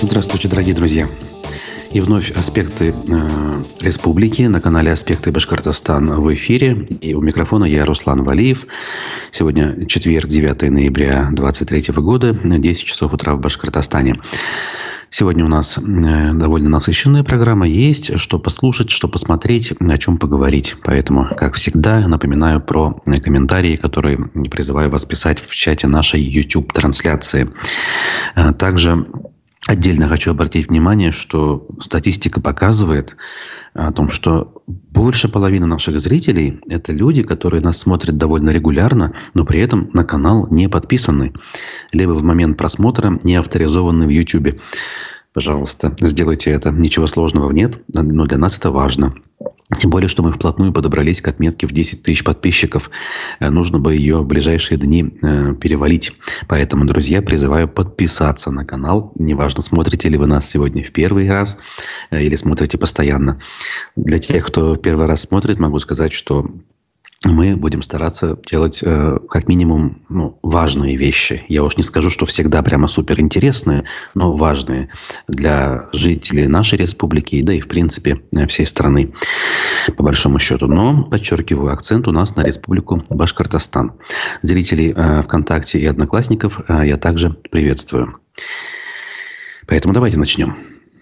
Здравствуйте, дорогие друзья. И вновь «Аспекты республики» на канале «Аспекты Башкортостан» в эфире. И у микрофона я, Руслан Валиев. Сегодня четверг, 9 ноября 2023 года, 10 часов утра в Башкортостане. Сегодня у нас довольно насыщенная программа. Есть что послушать, что посмотреть, о чем поговорить. Поэтому, как всегда, напоминаю про комментарии, которые призываю вас писать в чате нашей YouTube-трансляции. Также отдельно хочу обратить внимание, что статистика показывает о том, что больше половины наших зрителей – это люди, которые нас смотрят довольно регулярно, но при этом на канал не подписаны, либо в момент просмотра не авторизованы в YouTube. Пожалуйста, сделайте это. Ничего сложного нет, но для нас это важно. Тем более, что мы вплотную подобрались к отметке в 10 тысяч подписчиков. Нужно бы ее в ближайшие дни перевалить. Поэтому, друзья, призываю подписаться на канал. Неважно, смотрите ли вы нас сегодня в первый раз или смотрите постоянно. Для тех, кто в первый раз смотрит, могу сказать, что мы будем стараться делать как минимум важные вещи. Я уж не скажу, что всегда прямо суперинтересные, но важные для жителей нашей республики, да и в принципе всей страны, по большому счету. Но, подчеркиваю, акцент у нас на республику Башкортостан. Зрителей ВКонтакте и Одноклассников я также приветствую. Поэтому давайте начнем.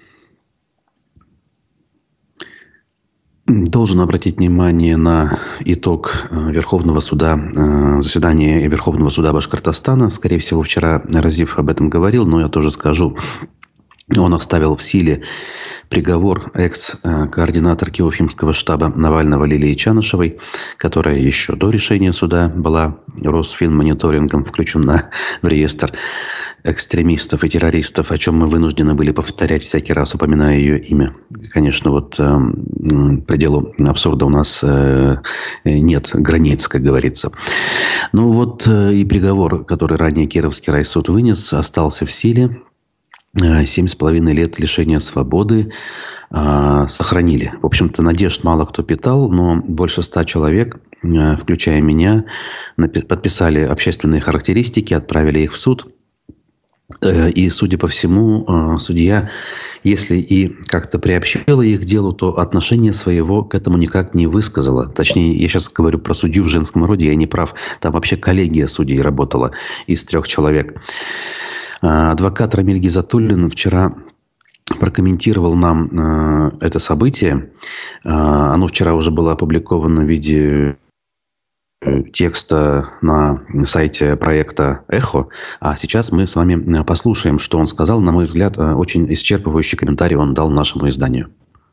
Должен обратить внимание на итог Верховного суда, заседания Верховного суда Башкортостана. Скорее всего, вчера Разив об этом говорил, но я тоже скажу. Он оставил в силе приговор экс-координаторки Уфимского штаба Навального Лилии Чанышевой, которая еще до решения суда была Росфинмониторингом включена в реестр экстремистов и террористов, о чем мы вынуждены были повторять всякий раз, упоминая ее имя. Конечно, пределу абсурда у нас нет границ, как говорится. И приговор, который ранее Кировский райсуд вынес, остался в силе. 7,5 лет лишения свободы сохранили. В общем-то, надежд мало кто питал, но больше 100 человек, включая меня, подписали общественные характеристики, отправили их в суд. И, судя по всему, судья, если и как-то приобщила их к делу, то отношение своего к этому никак не высказала. Точнее, я сейчас говорю про судью в женском роде, я не прав. Там вообще коллегия судей работала из 3 человек. Адвокат Рамиль Гизатуллин вчера прокомментировал нам это событие. Оно вчера уже было опубликовано в виде текста на сайте проекта «Эхо». А сейчас мы с вами послушаем, что он сказал. На мой взгляд, очень исчерпывающий комментарий он дал нашему изданию.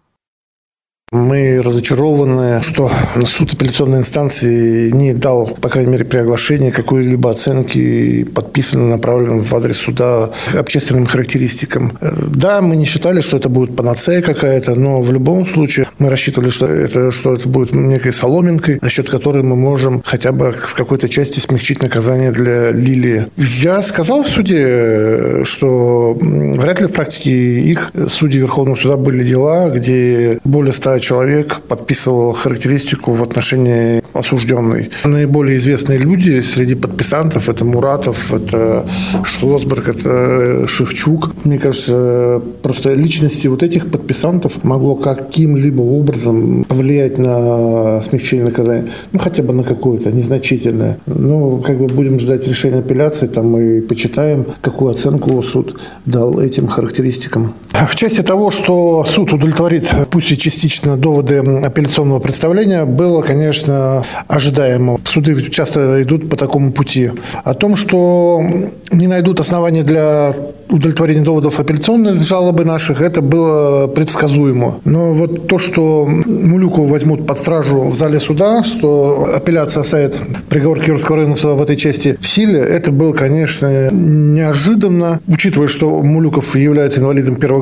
Мы разочарованы, что суд апелляционной инстанции не дал, по крайней мере, при оглашении какой-либо оценки, подписанной, направленной в адрес суда общественным характеристикам. Да, мы не считали, что это будет панацея какая-то, но в любом случае мы рассчитывали, что это будет некой соломинкой, за счет которой мы можем хотя бы в какой-то части смягчить наказание для Лилии. Я сказал в суде, что вряд ли в практике их судей Верховного суда были дела, где более 100 человек подписывал характеристику в отношении осужденной. Наиболее известные люди среди подписантов — это Муратов, это Шлосберг, это Шевчук. Мне кажется, просто личности этих подписантов могло каким-либо образом повлиять на смягчение наказания. Хотя бы на какое-то незначительное. Но будем ждать решения апелляции, там мы почитаем, какую оценку суд дал этим характеристикам. В части того, что суд удовлетворит, пусть и частично, доводы апелляционного представления, было, конечно, ожидаемо. Суды часто идут по такому пути. О том, что не найдут основания для удовлетворения доводов апелляционной жалобы наших, это было предсказуемо. Но то, что Мулюкову возьмут под стражу в зале суда, что апелляция оставит приговор Кировского районного суда в этой части в силе, это было, конечно, неожиданно. Учитывая, что Мулюков является инвалидом 1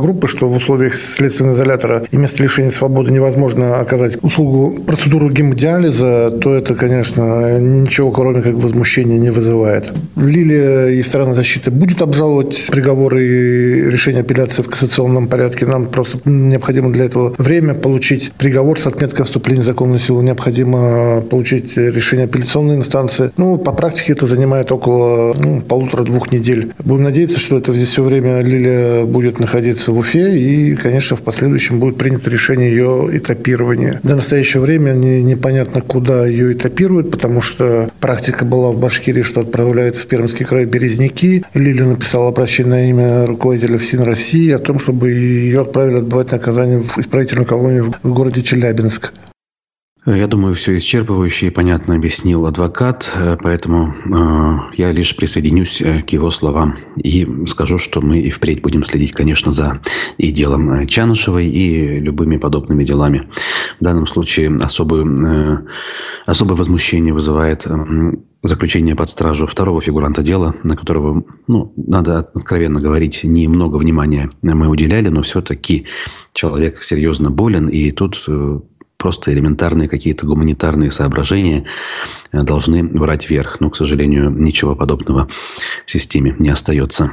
группы, что в условиях следственного изолятора и места лишения свободы невозможно оказать услугу, процедуру гемодиализа, то это, конечно, ничего, кроме как возмущения, не вызывает. Лилия и сторона защиты будет обжаловать приговоры и решение апелляции в кассационном порядке. Нам просто необходимо для этого время получить приговор с отметкой вступления в законную силу. Необходимо получить решение апелляционной инстанции. По практике это занимает около 1,5-2 недель. Будем надеяться, что это здесь все время Лилия будет находиться в Уфе, и, конечно, в последующем будет принято решение ее этапирования. До настоящего времени непонятно, куда ее этапируют, потому что практика была в Башкирии, что отправляют в Пермский край Березники. Лилия написала обращение на имя руководителя ФСИН России о том, чтобы ее отправили отбывать наказание в исправительную колонию в городе Челябинск. Я думаю, все исчерпывающе и понятно объяснил адвокат, поэтому я лишь присоединюсь к его словам и скажу, что мы и впредь будем следить, конечно, за и делом Чанышевой, и любыми подобными делами. В данном случае особое возмущение вызывает заключение под стражу второго фигуранта дела, на которого, надо откровенно говорить, немного внимания мы уделяли, но все-таки человек серьезно болен, и тут просто элементарные какие-то гуманитарные соображения должны брать верх. Но, к сожалению, ничего подобного в системе не остается.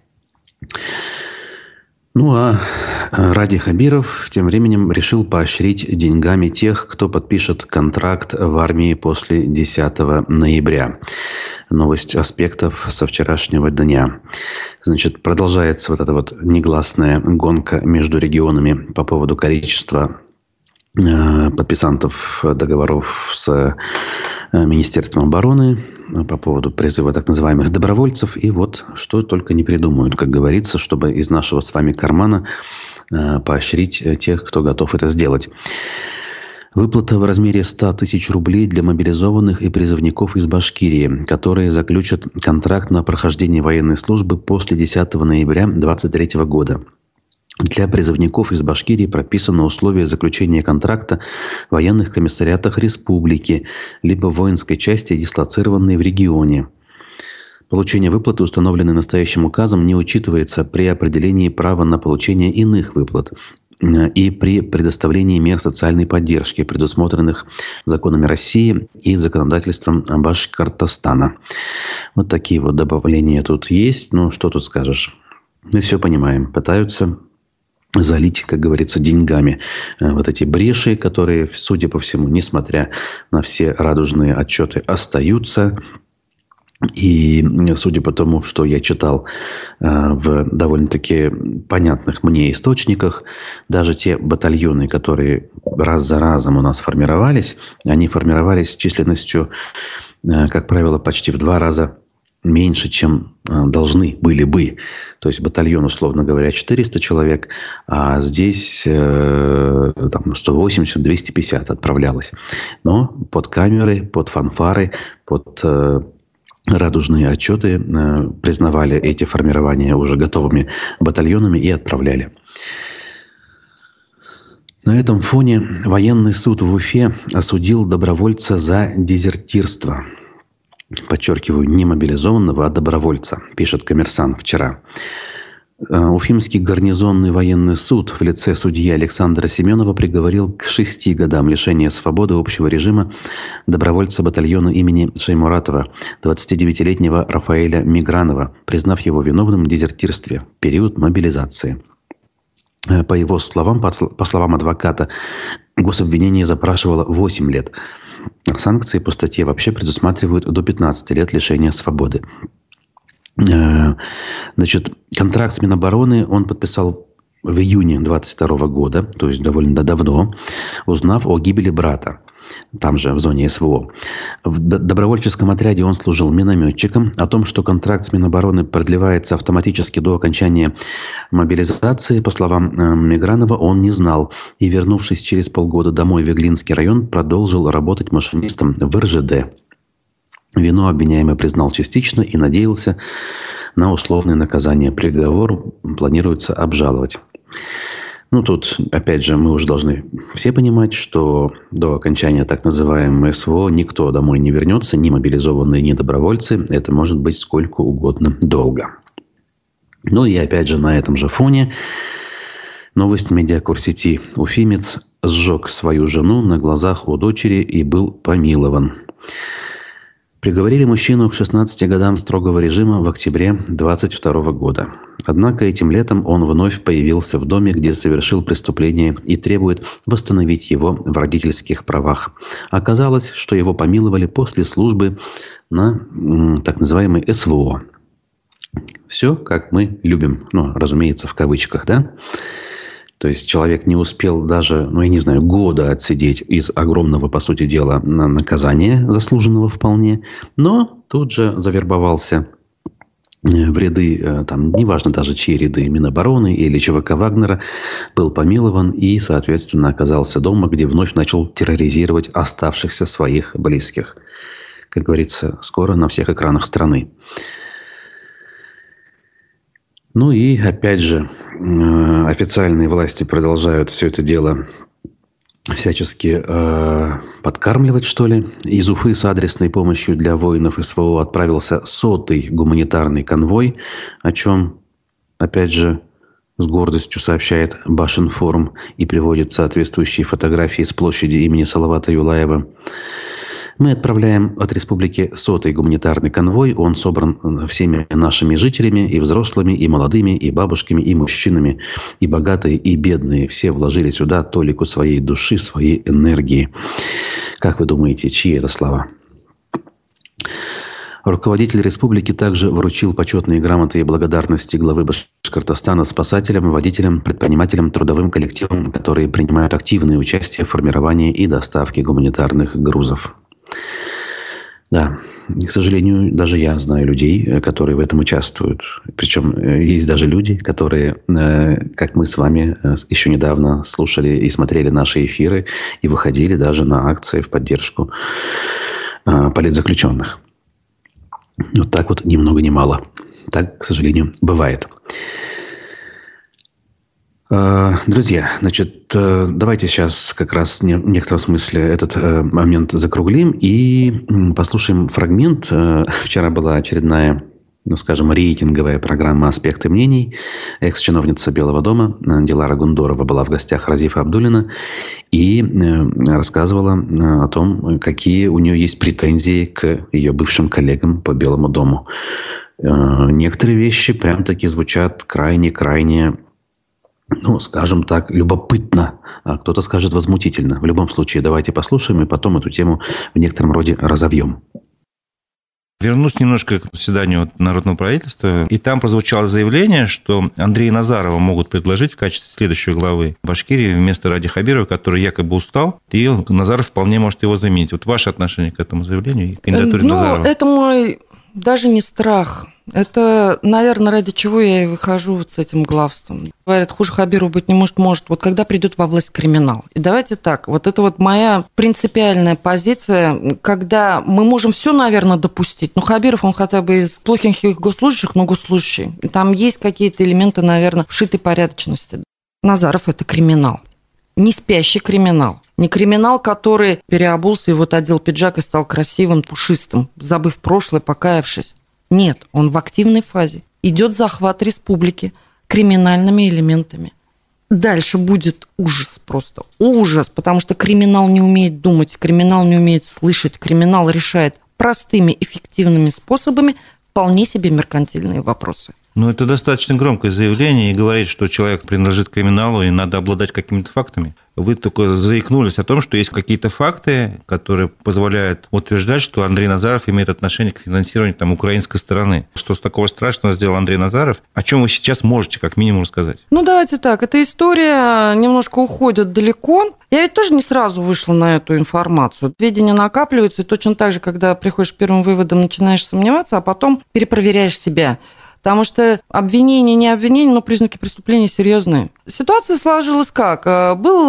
А Ради Хабиров тем временем решил поощрить деньгами тех, кто подпишет контракт в армии после 10 ноября. Новость аспектов со вчерашнего дня. Продолжается вот эта негласная гонка между регионами по поводу количества подписантов договоров с Министерством обороны по поводу призыва так называемых добровольцев. И что только не придумают, как говорится, чтобы из нашего с вами кармана поощрить тех, кто готов это сделать. Выплата в размере 100 тысяч рублей для мобилизованных и призывников из Башкирии, которые заключат контракт на прохождение военной службы после 10 ноября 2023 года. Для призывников из Башкирии прописано условие заключения контракта в военных комиссариатах республики, либо в воинской части, дислоцированной в регионе. Получение выплаты, установленной настоящим указом, не учитывается при определении права на получение иных выплат и при предоставлении мер социальной поддержки, предусмотренных законами России и законодательством Башкортостана. Вот такие добавления тут есть. Что тут скажешь? Мы все понимаем. Пытаются залить, как говорится, деньгами эти бреши, которые, судя по всему, несмотря на все радужные отчеты, остаются. И судя по тому, что я читал в довольно-таки понятных мне источниках, даже те батальоны, которые раз за разом у нас формировались, они формировались численностью, как правило, почти в 2 раза меньше, чем должны были бы. То есть батальон, условно говоря, 400 человек, а здесь 180-250 отправлялось. Но под камеры, под фанфары, под радужные отчеты признавали эти формирования уже готовыми батальонами и отправляли. На этом фоне военный суд в Уфе осудил добровольца за дезертирство. Подчеркиваю, не мобилизованного, а добровольца, пишет «Коммерсант» вчера. Уфимский гарнизонный военный суд в лице судьи Александра Семенова приговорил к 6 годам лишения свободы общего режима добровольца батальона имени Шаймуратова, 29-летнего Рафаэля Мигранова, признав его виновным в дезертирстве в период мобилизации. По его словам, по словам адвоката, гособвинение запрашивало 8 лет. Санкции по статье вообще предусматривают до 15 лет лишения свободы. Контракт с Минобороны он подписал в июне 2022 года, то есть довольно давно, узнав о гибели брата, там же в зоне СВО. В добровольческом отряде он служил минометчиком. О том, что контракт с Минобороны продлевается автоматически до окончания мобилизации, по словам Мигранова, он не знал. И, вернувшись через полгода домой в Иглинский район, продолжил работать машинистом в РЖД. Вину обвиняемый признал частично и надеялся на условное наказание. Приговор планируется обжаловать. Тут, опять же, мы уже должны все понимать, что до окончания так называемого СВО никто домой не вернется, ни мобилизованные, ни добровольцы. Это может быть сколько угодно долго. И опять же, на этом же фоне Новость медиакурсети. Уфимец сжег свою жену на глазах у дочери и был помилован. Приговорили мужчину к 16 годам строгого режима в октябре 2022 года. Однако этим летом он вновь появился в доме, где совершил преступление, и требует восстановить его в родительских правах. Оказалось, что его помиловали после службы на так называемой СВО. Все, как мы любим. Ну, разумеется, в кавычках, да? То есть человек не успел даже, года отсидеть из огромного, по сути дела, наказания, заслуженного вполне, но тут же завербовался в ряды, неважно даже чьи ряды, Минобороны или ЧВК Вагнера, был помилован и, соответственно, оказался дома, где вновь начал терроризировать оставшихся своих близких. Как говорится, скоро на всех экранах страны. Ну и, опять же, официальные власти продолжают все это дело всячески подкармливать, что ли. Из Уфы с адресной помощью для воинов СВО отправился 100-й гуманитарный конвой, о чем, опять же, с гордостью сообщает Башинформ и приводит соответствующие фотографии с площади имени Салавата Юлаева. Мы отправляем от республики 100-й гуманитарный конвой. Он собран всеми нашими жителями, и взрослыми, и молодыми, и бабушками, и мужчинами, и богатые, и бедные. Все вложили сюда толику своей души, своей энергии. Как вы думаете, чьи это слова? Руководитель республики также вручил почетные грамоты и благодарности главы Башкортостана спасателям, водителям, предпринимателям, трудовым коллективам, которые принимают активное участие в формировании и доставке гуманитарных грузов. Да, к сожалению, даже я знаю людей, которые в этом участвуют. Причем есть даже люди, которые, как мы с вами еще недавно слушали и смотрели наши эфиры, и выходили даже на акции в поддержку политзаключенных. Вот так вот ни много ни мало. Так, к сожалению, бывает. Друзья, давайте сейчас как раз в некотором смысле этот момент закруглим и послушаем фрагмент. Вчера была очередная, рейтинговая программа «Аспекты мнений». Экс-чиновница Белого дома Дилара Гундорова была в гостях Разифа Абдуллина и рассказывала о том, какие у нее есть претензии к ее бывшим коллегам по Белому дому. Некоторые вещи прям-таки звучат крайне, скажем так, любопытно, а кто-то скажет возмутительно. В любом случае, давайте послушаем и потом эту тему в некотором роде разовьем. Вернусь немножко к заседанию Народного правительства. И там прозвучало заявление, что Андрея Назарова могут предложить в качестве следующей главы Башкирии вместо Ради Хабирова, который якобы устал, и Назаров вполне может его заменить. Вот ваше отношение к этому заявлению и кандидатуре Назарова? Это мой даже не страх. Это, наверное, ради чего я и выхожу с этим главством. Говорят, хуже Хабирова быть не может. Вот когда придет во власть криминал. И давайте так, вот это вот моя принципиальная позиция, когда мы можем все, наверное, допустить. Но Хабиров, он хотя бы из плохеньких госслужащих, но госслужащий. И там есть какие-то элементы, наверное, вшитой порядочности. Назаров – это криминал. Не спящий криминал. Не криминал, который переобулся и вот одел пиджак и стал красивым, пушистым, забыв прошлое, покаявшись. Нет, он в активной фазе. Идет захват республики криминальными элементами. Дальше будет ужас просто. Ужас, потому что криминал не умеет думать, криминал не умеет слышать, криминал решает простыми, эффективными способами вполне себе меркантильные вопросы. Ну, это достаточно громкое заявление, и говорить, что человек принадлежит к криминалу, и надо обладать какими-то фактами. Вы только заикнулись о том, что есть какие-то факты, которые позволяют утверждать, что Андрей Назаров имеет отношение к финансированию украинской стороны. Что с такого страшного сделал Андрей Назаров? О чем вы сейчас можете как минимум рассказать? Давайте так. Эта история немножко уходит далеко. Я ведь тоже не сразу вышла на эту информацию. Сведения накапливаются, и точно так же, когда приходишь к первым выводам, начинаешь сомневаться, а потом перепроверяешь себя. Потому что обвинение, не обвинение, но признаки преступления серьезные. Ситуация сложилась как? Был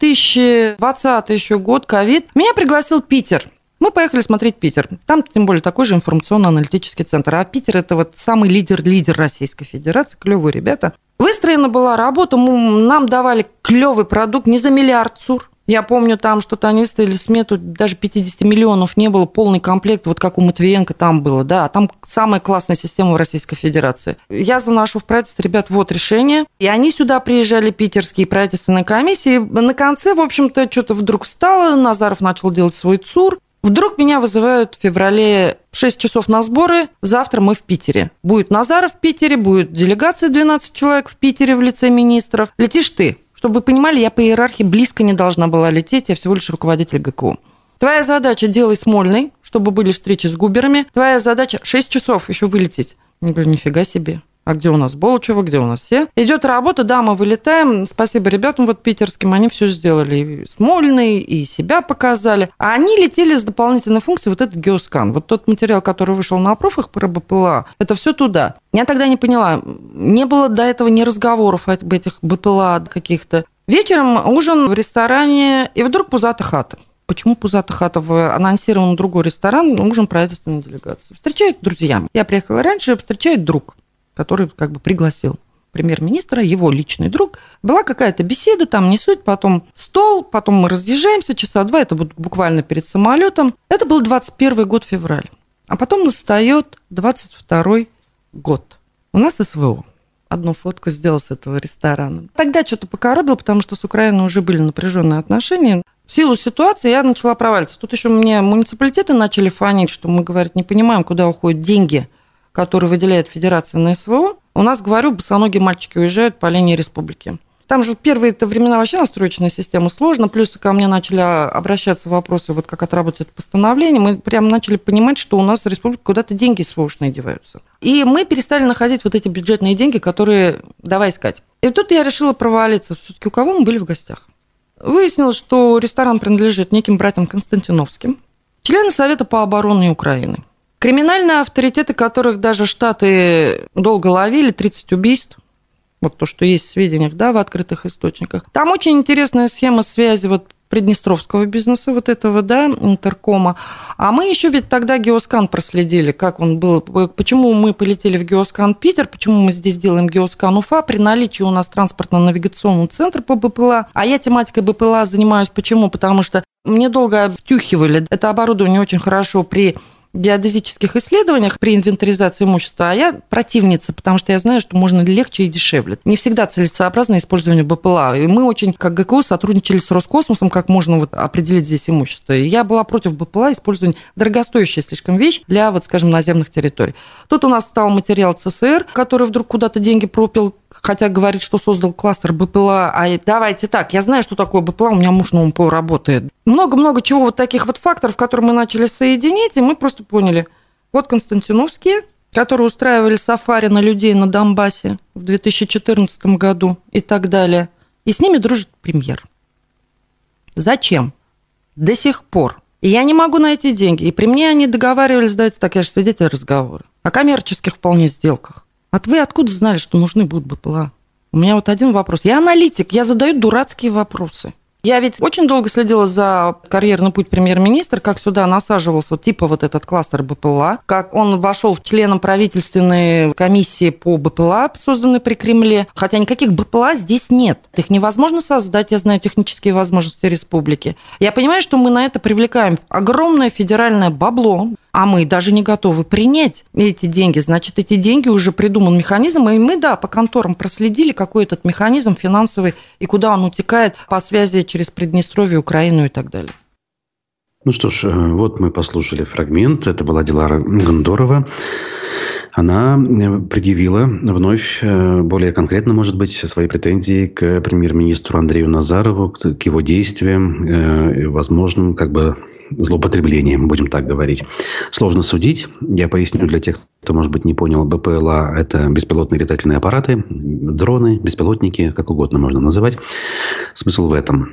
2020 еще год, ковид. Меня пригласил Питер. Мы поехали смотреть Питер. Там, тем более, такой же информационно-аналитический центр. А Питер – это вот самый лидер Российской Федерации. Клевые ребята. Выстроена была работа. Нам давали клевый продукт не за миллиард ЦУР. Я помню, там что-то они выставили смету, даже 50 миллионов не было, полный комплект, вот как у Матвиенко там было, да, там самая классная система в Российской Федерации. Я заношу в правительство, ребят, вот решение, и они сюда приезжали, питерские правительственные комиссии, на конце, в общем-то, что-то вдруг встало, Назаров начал делать свой ЦУР, вдруг меня вызывают в феврале 6 часов на сборы, завтра мы в Питере. Будет Назаров в Питере, будет делегация 12 человек в Питере в лице министров, летишь ты. Чтобы вы понимали, я по иерархии близко не должна была лететь, я всего лишь руководитель ГКУ. Твоя задача – делай Смольный, чтобы были встречи с губерами. Твоя задача – 6 часов еще вылететь. Я говорю, нифига себе. А где у нас Болучева, где у нас все? Идет работа, да, мы вылетаем. Спасибо ребятам вот питерским, они все сделали. И Смольный, и себя показали. А они летели с дополнительной функцией вот этот геоскан. Вот тот материал, который вышел на профах про БПЛА, это все туда. Я тогда не поняла. Не было до этого ни разговоров об этих БПЛА каких-то. Вечером ужин в ресторане, и вдруг пузата хата. Почему пузата хата? Анонсирован другой ресторан, ужин правительственной делегации. Встречают друзья. Я приехала раньше, встречает друг, который как бы пригласил премьер-министра, его личный друг. Была какая-то беседа, там не суть, потом стол, потом мы разъезжаемся, часа 2, это буквально перед самолетом. Это был 21 год, февраль. А потом настает 22 год. У нас СВО. Одну фотку сделал с этого ресторана. Тогда что-то покоробило, потому что с Украиной уже были напряженные отношения. В силу ситуации я начала проваливаться. Тут еще мне муниципалитеты начали фонить, что мы, говорят, не понимаем, куда уходят деньги, которые выделяет Федерация на СВО. У нас, говорю, босоногие мальчики уезжают по линии республики. Там же первые-то времена вообще настроечная система сложно, плюс ко мне начали обращаться вопросы, вот как отработать постановление, мы прям начали понимать, что у нас в республике куда-то деньги СВОшные деваются. И мы перестали находить вот эти бюджетные деньги, которые давай искать. И тут я решила провалиться. Все-таки у кого мы были в гостях? Выяснилось, что ресторан принадлежит неким братьям Константиновским, члены Совета по обороне Украины. Криминальные авторитеты, которых даже Штаты долго ловили, 30 убийств. Вот то, что есть в сведениях, да, в открытых источниках. Там очень интересная схема связи вот приднестровского бизнеса, вот этого, да, Интеркома. А мы еще ведь тогда Геоскан проследили, как он был, почему мы полетели в Геоскан Питер, почему мы здесь делаем Геоскан Уфа, при наличии у нас транспортно-навигационного центра по БПЛА. А я тематикой БПЛА занимаюсь почему? Потому что мне долго втюхивали. Это оборудование очень хорошо при геодезических исследованиях при инвентаризации имущества, а я противница, потому что я знаю, что можно легче и дешевле. Не всегда целесообразно использование БПЛА. И мы очень, как ГКУ, сотрудничали с Роскосмосом, как можно вот определить здесь имущество. И я была против БПЛА, использования дорогостоящая слишком вещь для, вот, скажем, наземных территорий. Тут у нас стал материал ЦСР, который вдруг куда-то деньги пропил, хотя говорит, что создал кластер БПЛА. А давайте так, я знаю, что такое БПЛА, у меня муж на УМПО работает. Много-много чего вот таких вот факторов, которые мы начали соединять, и мы просто поняли. Вот Константиновские, которые устраивали сафари на людей на Донбассе в 2014 году и так далее. И с ними дружит премьер. Зачем? До сих пор. И я не могу найти деньги. И при мне они договаривались, давайте так, я же свидетель разговора, о коммерческих вполне сделках. А вы откуда знали, что нужны будут БПЛА? У меня вот один вопрос. Я аналитик, я задаю дурацкие вопросы. Я ведь очень долго следила за карьерный путь премьер-министра, как сюда насаживался типа вот этот кластер БПЛА, как он вошел членом правительственной комиссии по БПЛА, созданной при Кремле, хотя никаких БПЛА здесь нет. Их невозможно создать, я знаю технические возможности республики. Я понимаю, что мы на это привлекаем огромное федеральное бабло, а мы даже не готовы принять эти деньги. Значит, эти деньги уже придуман механизм, и мы, да, по конторам проследили, какой этот механизм финансовый и куда он утекает по связи через Приднестровье, Украину и так далее. Ну что ж, вот мы послушали фрагмент. Это была Дилара Гондорова. Она предъявила вновь, более конкретно, может быть, свои претензии к премьер-министру Андрею Назарову, к его действиям, возможным, как бы, злоупотреблением, будем так говорить. Сложно судить. Я поясню для тех, кто, может быть, не понял. БПЛА – это беспилотные летательные аппараты, дроны, беспилотники, как угодно можно называть. Смысл в этом.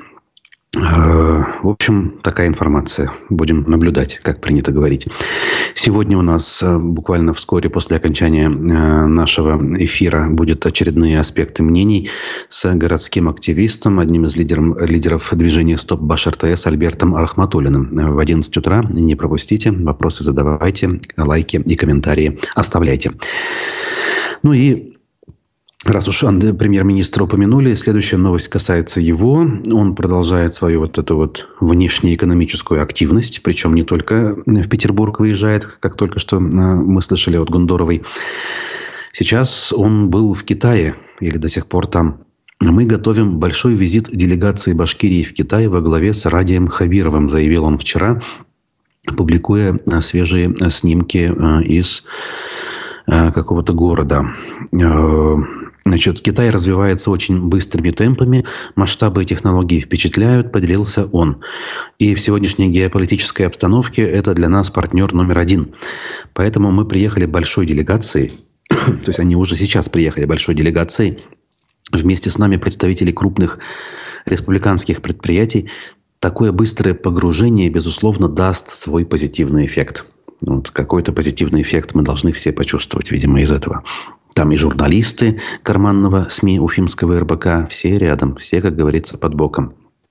В общем, такая информация. Будем наблюдать, как принято говорить. Сегодня у нас буквально вскоре после окончания нашего эфира будут очередные аспекты мнений с городским активистом, одним из лидеров движения «Стоп Баш РТС» Альбертом Рахматуллиным. В 11 утра не пропустите. Вопросы задавайте, лайки и комментарии оставляйте. Ну и Раз уж премьер-министра упомянули, следующая новость касается его. Он продолжает свою вот эту вот внешнеэкономическую активность, причем не только в Петербург выезжает, как только что мы слышали от Гундоровой. Сейчас он был в Китае, или до сих пор там. Мы готовим большой визит делегации Башкирии в Китай во главе с Радием Хабировым, заявил он вчера, публикуя свежие снимки из какого-то города. Значит, Китай развивается очень быстрыми темпами, масштабы и технологии впечатляют, поделился он. И в сегодняшней геополитической обстановке это для нас партнер номер один. Поэтому мы приехали большой делегацией, то есть они уже сейчас приехали большой делегацией, вместе с нами представители крупных республиканских предприятий. Такое быстрое погружение, безусловно, даст свой позитивный эффект. Вот какой-то позитивный эффект мы должны все почувствовать, видимо, из этого. Там и журналисты карманного СМИ Уфимского РБК, все рядом, все, как говорится, под боком.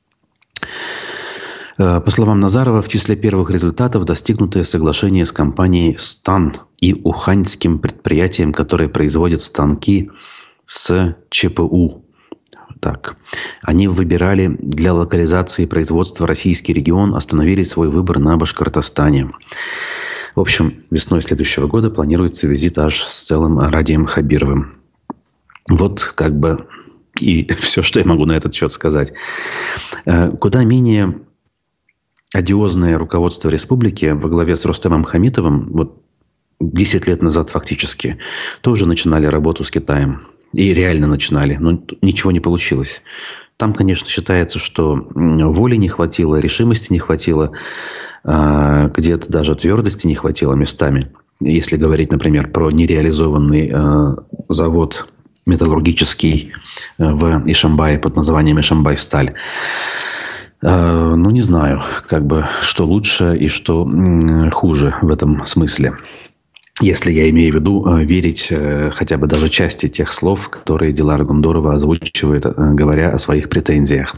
По словам Назарова, в числе первых результатов достигнутое соглашение с компанией «Стан» и уханьским предприятием, которое производит станки с ЧПУ. Так. Они выбирали для локализации производства российский регион, остановили свой выбор на Башкортостане. В общем, весной следующего года планируется визит аж с целым Радием Хабировым. Вот как бы и все, что я могу на этот счет сказать. Куда менее одиозное руководство республики во главе с Рустемом Хамитовым, вот 10 лет назад фактически, тоже начинали работу с Китаем. И реально начинали, но ничего не получилось. Там, конечно, считается, что воли не хватило, решимости не хватило, где-то даже твердости не хватило местами. Если говорить, например, про нереализованный завод металлургический в Ишимбае под названием Ишимбайсталь. Ну, не знаю, как бы, что лучше и что хуже в этом смысле. Если я имею в виду верить хотя бы даже части тех слов, которые Дилара Гундорова озвучивает, говоря о своих претензиях.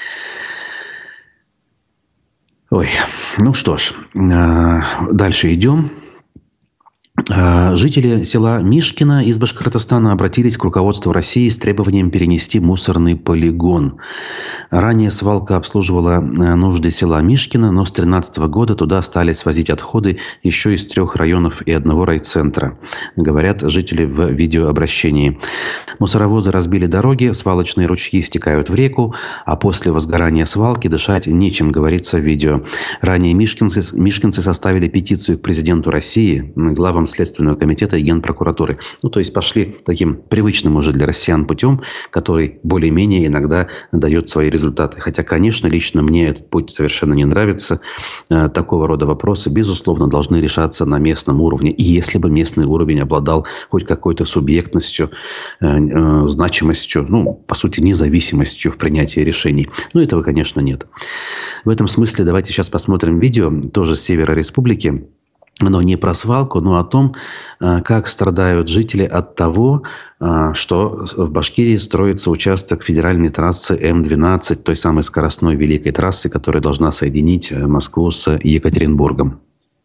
Ой, ну что ж, дальше идем. Жители села Мишкино из Башкортостана обратились к руководству России с требованием перенести мусорный полигон. Ранее свалка обслуживала нужды села Мишкино, но с 2013 года туда стали свозить отходы еще из 3 районов и 1 райцентра, говорят жители в видеообращении. Мусоровозы разбили дороги, свалочные ручьи стекают в реку, а после возгорания свалки дышать нечем, говорится в видео. Ранее мишкинцы составили петицию к президенту России, главам Следственного комитета и Генпрокуратуры. Ну, то есть пошли таким привычным уже для россиян путем, который более-менее иногда дает свои результаты. Хотя, конечно, лично мне этот путь совершенно не нравится. Такого рода вопросы, безусловно, должны решаться на местном уровне. И если бы местный уровень обладал хоть какой-то субъектностью, значимостью, ну, по сути, независимостью в принятии решений. Но этого, конечно, нет. В этом смысле давайте сейчас посмотрим видео, тоже с севера республики. Но не про свалку, но о том, как страдают жители от того, что в Башкирии строится участок федеральной трассы М-12, той самой скоростной великой трассы, которая должна соединить Москву с Екатеринбургом.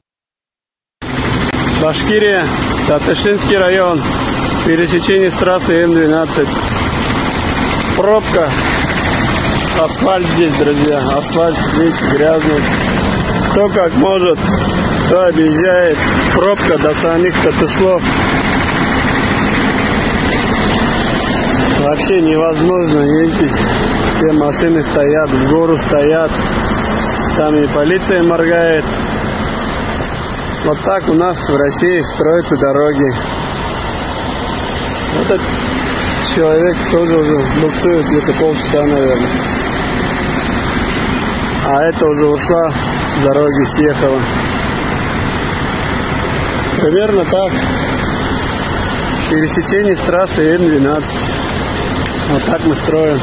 Башкирия, Татышинский район, пересечение с трассы М-12. Пробка, асфальт здесь, друзья, асфальт весь грязный. Кто как может, кто объезжает. Пробка до самих Татышлов. Вообще невозможно ездить. Все машины стоят, в гору стоят. Там и полиция моргает. Вот так у нас в России строятся дороги. Этот человек тоже уже буксует где-то полчаса, наверное. А это уже ушла с дороги, съехала. Примерно так. Пересечение с трассы М-12. Вот так мы строим.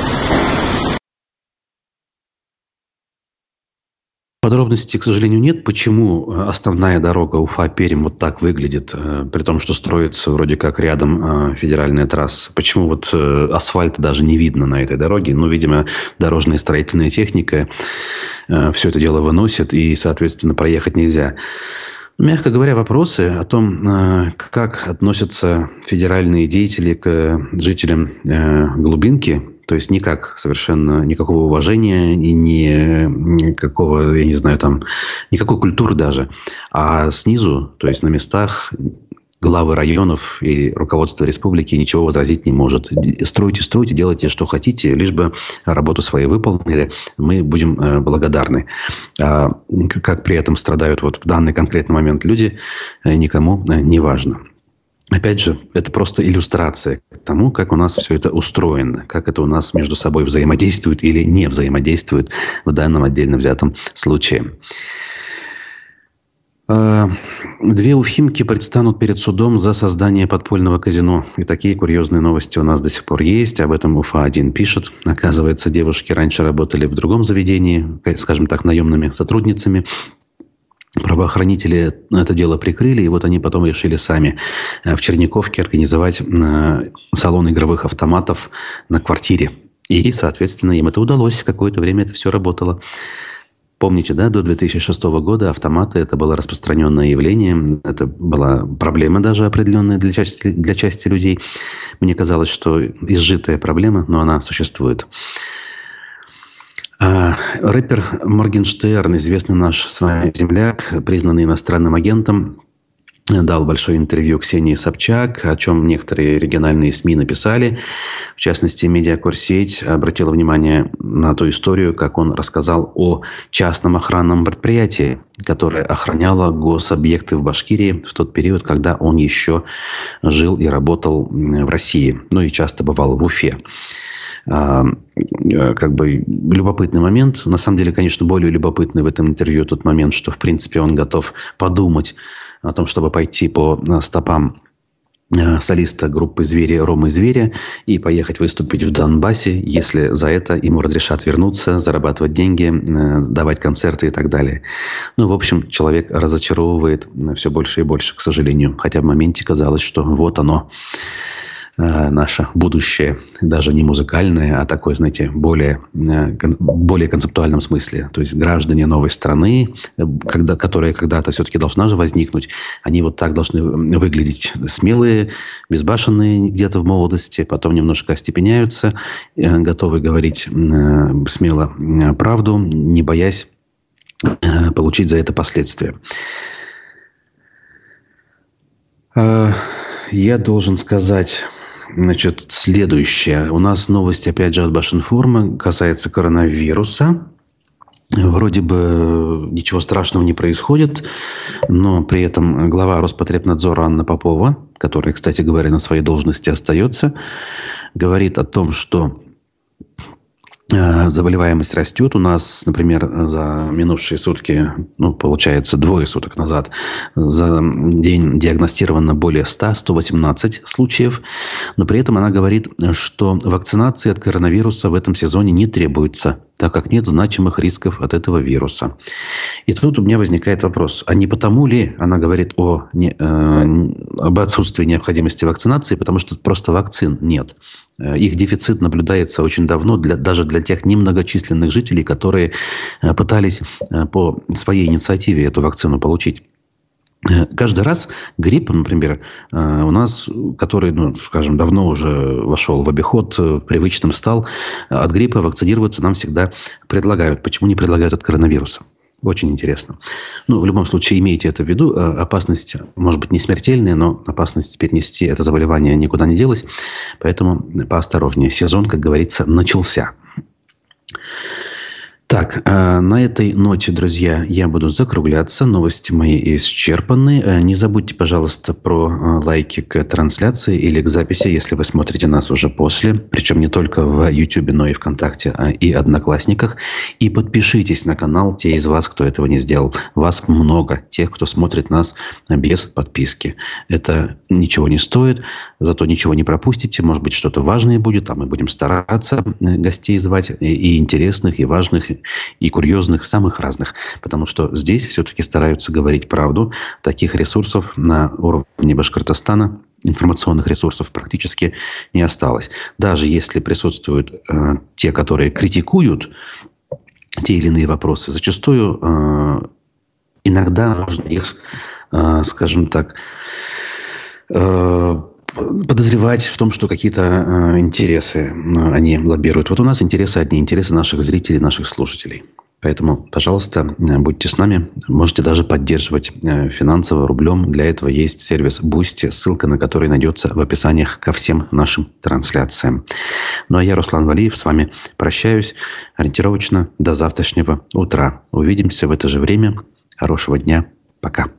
Подробностей, к сожалению, нет. Почему основная дорога Уфа-Пермь вот так выглядит, при том, что строится вроде как рядом федеральная трасса? Почему вот асфальта даже не видно на этой дороге? Ну, видимо, дорожная строительная техника все это дело выносит, и, соответственно, проехать нельзя. Мягко говоря, вопросы о том, как относятся федеральные деятели к жителям глубинки, то есть совершенно никакого уважения и никакого, я не знаю, там, никакой культуры даже, а снизу, то есть на местах, главы районов и руководство республики ничего возразить не может. Стройте, делайте, что хотите, лишь бы работу свою выполнили, мы будем благодарны. А как при этом страдают в данный конкретный момент люди, никому не важно. Опять же, это просто иллюстрация к тому, как у нас все это устроено, как это у нас между собой взаимодействует или не взаимодействует в данном отдельно взятом случае. 2 уфимки предстанут перед судом за создание подпольного казино. И такие курьезные новости у нас до сих пор есть. Об этом Уфа-1 пишет. Оказывается, девушки раньше работали в другом заведении, скажем так, наемными сотрудницами. Правоохранители это дело прикрыли, и вот они потом решили сами в Черниковке организовать салон игровых автоматов на квартире. И, соответственно, им это удалось. Какое-то время это все работало. Помните, да, до 2006 года автоматы – это было распространенное явление. Это была проблема даже определенная для части людей. Мне казалось, что изжитая проблема, но она существует. Рэпер Моргенштерн, известный наш с вами земляк, признанный иностранным агентом, дал большое интервью Ксении Собчак, о чем некоторые региональные СМИ написали. В частности, Медиакурсеть обратила внимание на ту историю, как он рассказал о частном охранном предприятии, которое охраняло гособъекты в Башкирии в тот период, когда он еще жил и работал в России, ну и часто бывал в Уфе. Как бы любопытный момент. На самом деле, конечно, более любопытный в этом интервью тот момент, что, в принципе, он готов подумать о том, чтобы пойти по стопам солиста группы «Звери» Ромы Зверя и поехать выступить в Донбассе, если за это ему разрешат вернуться, зарабатывать деньги, давать концерты и так далее. Ну, в общем, человек разочаровывает все больше и больше, к сожалению. Хотя в моменте казалось, что вот оно, наше будущее, даже не музыкальное, а такое, знаете, более концептуальном смысле. То есть граждане новой страны, которая когда-то все-таки должна же возникнуть, они вот так должны выглядеть: смелые, безбашенные где-то в молодости, потом немножко остепеняются, готовы говорить смело правду, не боясь получить за это последствия. Я должен сказать, значит, следующее. У нас новость, опять же, от Башинформа, касается коронавируса. Вроде бы ничего страшного не происходит, но при этом глава Роспотребнадзора Анна Попова, которая, кстати говоря, на своей должности остается, говорит о том, что заболеваемость растет. У нас, например, за минувшие сутки, получается, 2 суток назад, за день диагностировано более 118 случаев. Но при этом она говорит, что вакцинации от коронавируса в этом сезоне не требуется, так как нет значимых рисков от этого вируса. И тут у меня возникает вопрос, а не потому ли она говорит об отсутствии необходимости вакцинации, потому что просто вакцин нет. Их дефицит наблюдается очень давно, даже для тех немногочисленных жителей, которые пытались по своей инициативе эту вакцину получить. Каждый раз грипп, например, у нас, который, скажем, давно уже вошел в обиход, привычным стал, от гриппа вакцинироваться нам всегда предлагают. Почему не предлагают от коронавируса? Очень интересно. В любом случае, имейте это в виду. Опасность, может быть, не смертельная, но опасность перенести это заболевание никуда не делась. Поэтому поосторожнее. Сезон, как говорится, начался. Так, на этой ноте, друзья, я буду закругляться. Новости мои исчерпаны. Не забудьте, пожалуйста, про лайки к трансляции или к записи, если вы смотрите нас уже после. Причем не только в YouTube, но и ВКонтакте, и Одноклассниках. И подпишитесь на канал, те из вас, кто этого не сделал. Вас много, тех, кто смотрит нас без подписки. Это ничего не стоит, зато ничего не пропустите. Может быть, что-то важное будет, а мы будем стараться гостей звать и интересных, и важных, и курьезных, самых разных. Потому что здесь все-таки стараются говорить правду. Таких ресурсов на уровне Башкортостана, информационных ресурсов, практически не осталось. Даже если присутствуют те, которые критикуют те или иные вопросы, зачастую иногда можно их скажем так, подозревать в том, что какие-то интересы они лоббируют. Вот у нас интересы одни, интересы наших зрителей, наших слушателей. Поэтому, пожалуйста, будьте с нами. Можете даже поддерживать финансово рублем. Для этого есть сервис Boosty, ссылка на который найдется в описаниях ко всем нашим трансляциям. Ну а я, Руслан Валиев, с вами прощаюсь ориентировочно до завтрашнего утра. Увидимся в это же время. Хорошего дня. Пока.